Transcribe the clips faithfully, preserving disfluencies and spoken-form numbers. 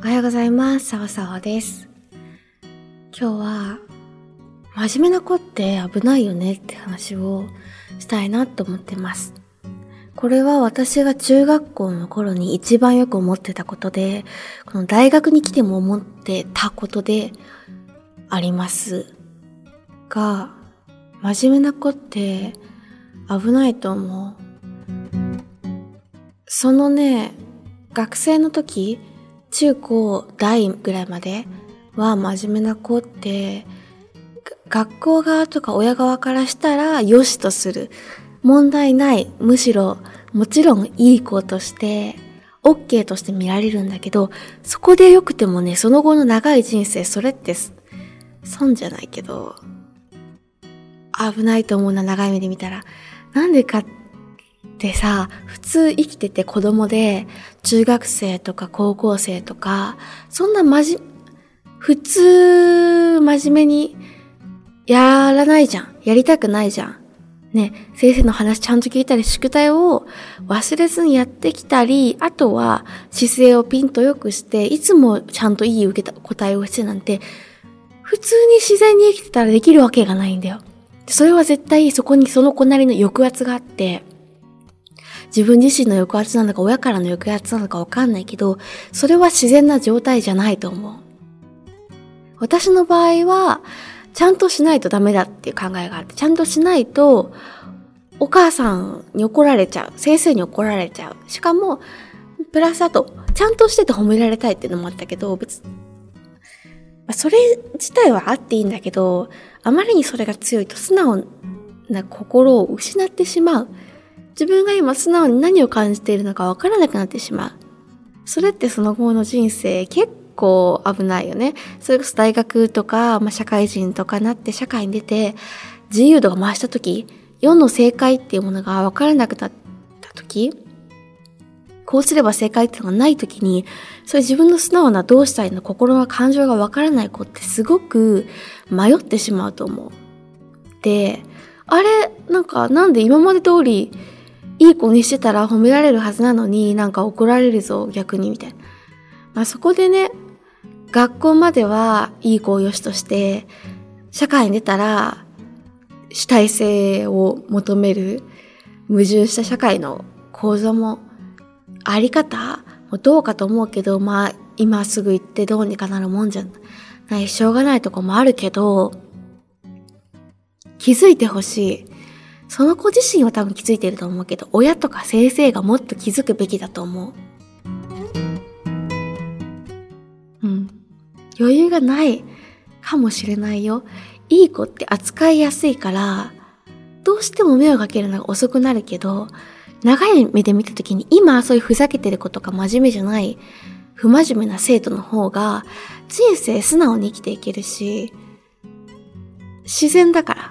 おはようございます。さわさわです。今日は真面目な子って危ないよねって話をしたいなと思ってます。これは私が中学校の頃に一番よく思ってたことで、この大学に来ても思ってたことでありますが、真面目な子って危ないと思う。そのね、学生の時、中高大ぐらいまでは真面目な子って学校側とか親側からしたら良しとする、問題ない、むしろもちろんいい子として OK として見られるんだけど、そこで良くてもね、その後の長い人生それって損じゃないけど危ないと思うな、長い目で見たら。なんでかってさ、普通生きてて子供で中学生とか高校生とかそんなまじ普通真面目にやらないじゃん。やりたくないじゃん。ね、先生の話ちゃんと聞いたり、宿題を忘れずにやってきたり、あとは姿勢をピンと良くして、いつもちゃんといい受けた答えをしてなんて、普通に自然に生きてたらできるわけがないんだよ。それは絶対そこにその子なりの抑圧があって、自分自身の抑圧なのか親からの抑圧なのかわかんないけど、それは自然な状態じゃないと思う。私の場合は、ちゃんとしないとダメだっていう考えがあって、ちゃんとしないとお母さんに怒られちゃう、先生に怒られちゃう。しかもプラスあとちゃんとしてて褒められたいっていうのもあったけど、別それ自体はあっていいんだけど、あまりにそれが強いと素直な心を失ってしまう。自分が今素直に何を感じているのかわからなくなってしまう。それってその後の人生結構結構危ないよね。それこそ大学とか、まあ、社会人とかなって社会に出て自由度が増した時、世の正解っていうものが分からなくなった時、こうすれば正解っていうのがない時に、それ自分の素直などうしたいの心の感情が分からない子ってすごく迷ってしまうと思う。で、あれなんかなんで今まで通りいい子にしてたら褒められるはずなのになんか怒られるぞ逆にみたいな。まあそこでね、学校まではいい子を良しとして、社会に出たら主体性を求める矛盾した社会の構造もあり方もどうかと思うけど、まあ今すぐ行ってどうにかなるもんじゃない、しょうがないとこもあるけど、気づいてほしい。その子自身は多分気づいてると思うけど、親とか先生がもっと気づくべきだと思う。うん。余裕がないかもしれないよ。いい子って扱いやすいから、どうしても目をかけるのが遅くなるけど、長い目で見たときに今そういうふざけてる子とか真面目じゃない、不真面目な生徒の方が人生素直に生きていけるし、自然だから。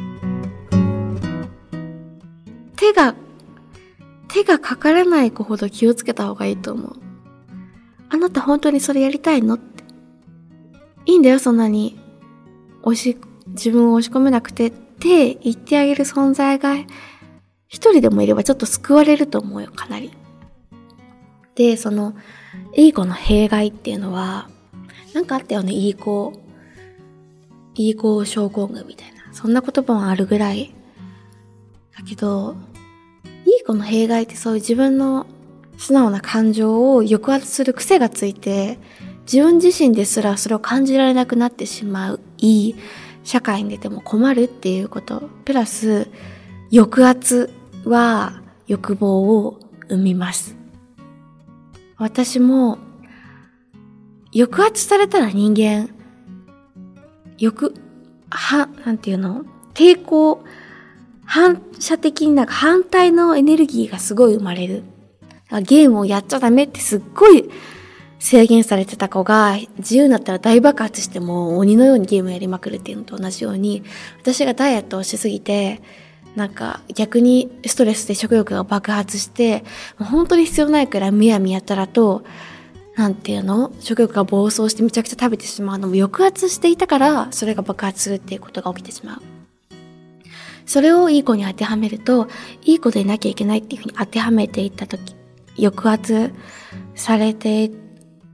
手が、手がかからない子ほど気をつけた方がいいと思う。あなた本当にそれやりたいのって。いいんだよ、そんなに。押し、自分を押し込めなくてって言ってあげる存在が一人でもいればちょっと救われると思うよ、かなり。で、その、いい子の弊害っていうのは、なんかあったよね、いい子。いい子症候群みたいな。そんな言葉もあるぐらい。だけど、いい子の弊害ってそういう自分の素直な感情を抑圧する癖がついて、自分自身ですらそれを感じられなくなってしまう、いい社会に出ても困るっていうこと。プラス、抑圧は欲望を生みます。私も、抑圧されたら人間、欲、は、なんていうの？抵抗、反射的になんか反対のエネルギーがすごい生まれる。ゲームをやっちゃダメってすっごい制限されてた子が自由になったら大爆発しても鬼のようにゲームやりまくるっていうのと同じように、私がダイエットをしすぎてなんか逆にストレスで食欲が爆発して、もう本当に必要ないくらいむやみやたらとなんていうの食欲が暴走してめちゃくちゃ食べてしまうのも抑圧していたから、それが爆発するっていうことが起きてしまう。それをいい子に当てはめると、いい子でいなきゃいけないっていうふうに当てはめていったとき、抑圧されて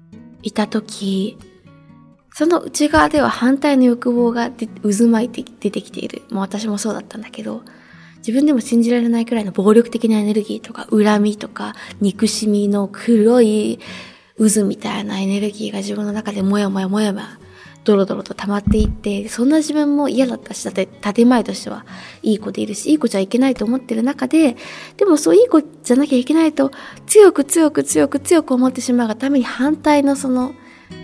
いた時、その内側では反対の欲望が渦巻いて出てきている。もう私もそうだったんだけど、自分でも信じられないくらいの暴力的なエネルギーとか、恨みとか、憎しみの黒い渦みたいなエネルギーが自分の中でもやもやもやもや、ドロドロと溜まっていって、そんな自分も嫌だったし、だって建前としてはいい子でいるし、いい子じゃいけないと思ってる中で、でもそういい子じゃなきゃいけないと、強く強く強く強く思ってしまうがために反対のその、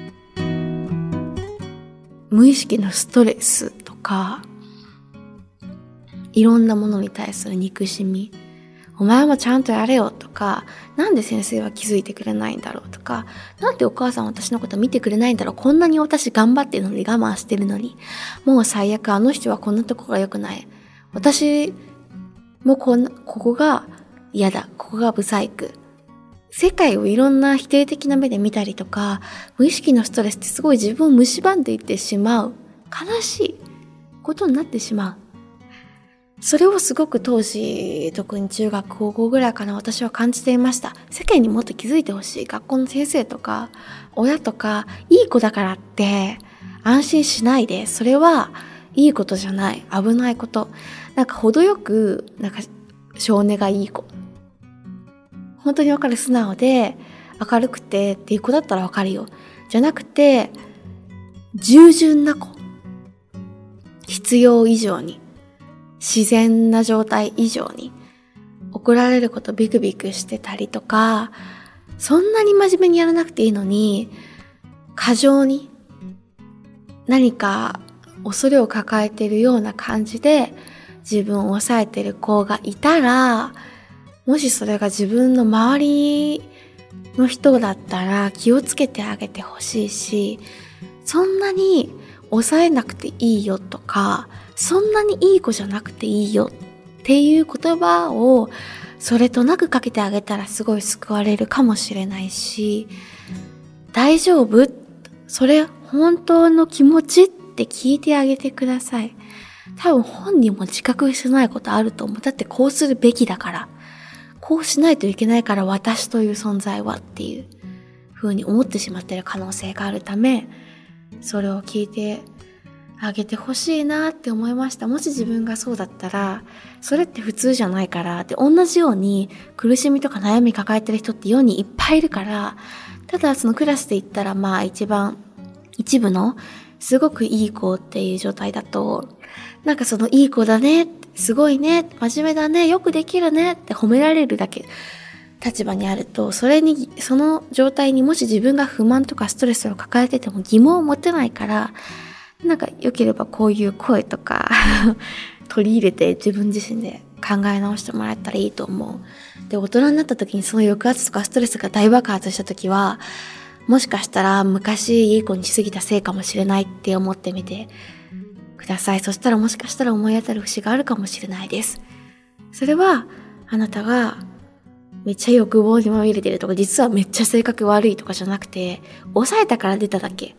無意識のストレスとか、いろんなものに対する憎しみ、お前もちゃんとやれよとか、なんで先生は気づいてくれないんだろうとか、なんでお母さんは私のこと見てくれないんだろう、こんなに私頑張ってるのに我慢してるのに、もう最悪、あの人はこんなとこが良くない。私もこんな、ここが嫌だ、ここがブサイク。世界をいろんな否定的な目で見たりとか、無意識のストレスってすごい自分を蝕んでいってしまう。悲しいことになってしまう。それをすごく当時、特に中学高校ぐらいかな、私は感じていました。世間にもっと気づいてほしい。学校の先生とか、親とか、いい子だからって安心しないで。それはいいことじゃない。危ないこと。なんか程よく、なんか性根がいい子。本当にわかる、素直で明るくてっていう子だったらわかるよ。じゃなくて、従順な子。必要以上に。自然な状態以上に。怒られることビクビクしてたりとか、そんなに真面目にやらなくていいのに、過剰に何か恐れを抱えているような感じで自分を抑えている子がいたら、もしそれが自分の周りの人だったら気をつけてあげてほしいし、そんなに抑えなくていいよとか、そんなにいい子じゃなくていいよっていう言葉をそれとなくかけてあげたらすごい救われるかもしれないし、大丈夫？それ本当の気持ちって聞いてあげてください。多分本人も自覚してないことあると思う。だってこうするべきだから。こうしないといけないから私という存在はっていう風に思ってしまっている可能性があるため、それを聞いてあげてほしいなって思いました。もし自分がそうだったら、それって普通じゃないからって、同じように苦しみとか悩み抱えてる人って世にいっぱいいるから、ただそのクラスで言ったらまあ一番一部のすごくいい子っていう状態だと、なんかそのいい子だね、すごいね、真面目だね、よくできるねって褒められるだけ立場にあると、それに、その状態にもし自分が不満とかストレスを抱えてても疑問を持てないから、なんか良ければこういう声とか取り入れて自分自身で考え直してもらえたらいいと思う。で、大人になった時にその抑圧とかストレスが大爆発した時は、もしかしたら昔いい子にしすぎたせいかもしれないって思ってみてください。そしたらもしかしたら思い当たる節があるかもしれないです。それはあなたがめっちゃ欲望にまみれてるとか、実はめっちゃ性格悪いとかじゃなくて、抑えたから出ただけ。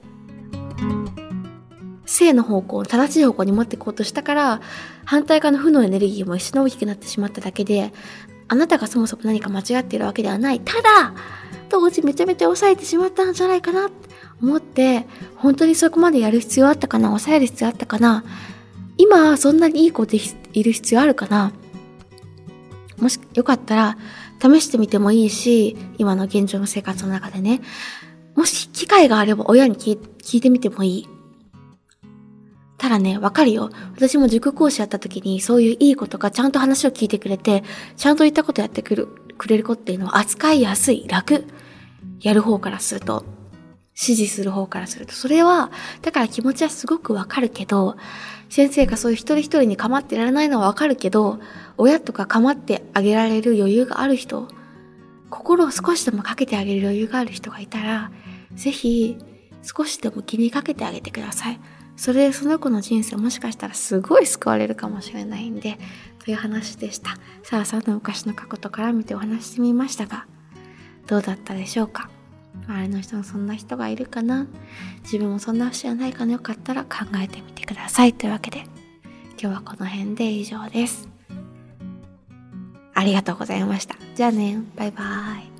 正の方向、正しい方向に持っていこうとしたから、反対側の負のエネルギーも一緒に大きくなってしまっただけで、あなたがそもそも何か間違っているわけではない。ただ、当時めちゃめちゃ抑えてしまったんじゃないかなって思って、本当にそこまでやる必要あったかな、抑える必要あったかな、今そんなにいい子でいる必要あるかな。もしよかったら試してみてもいいし、今の現状の生活の中でね、もし機会があれば親に聞い、聞いてみてもいい。ただね、わかるよ。私も塾講師やった時にそういういい子とかちゃんと話を聞いてくれて、ちゃんと言ったことやってくる、くれる子っていうのは扱いやすい、楽。やる方からすると、指示する方からすると。それは、だから気持ちはすごくわかるけど、先生がそういう一人一人に構ってられないのはわかるけど、親とか構ってあげられる余裕がある人、心を少しでもかけてあげる余裕がある人がいたら、ぜひ少しでも気にかけてあげてください。それでその子の人生もしかしたらすごい救われるかもしれないんで、という話でした。さあさんの昔の過去とから見てお話してみましたが、どうだったでしょうか。周りの人もそんな人がいるかな、自分もそんな人じゃないかな、よかったら考えてみてください。というわけで今日はこの辺で以上です。ありがとうございました。じゃあね、バイバーイ。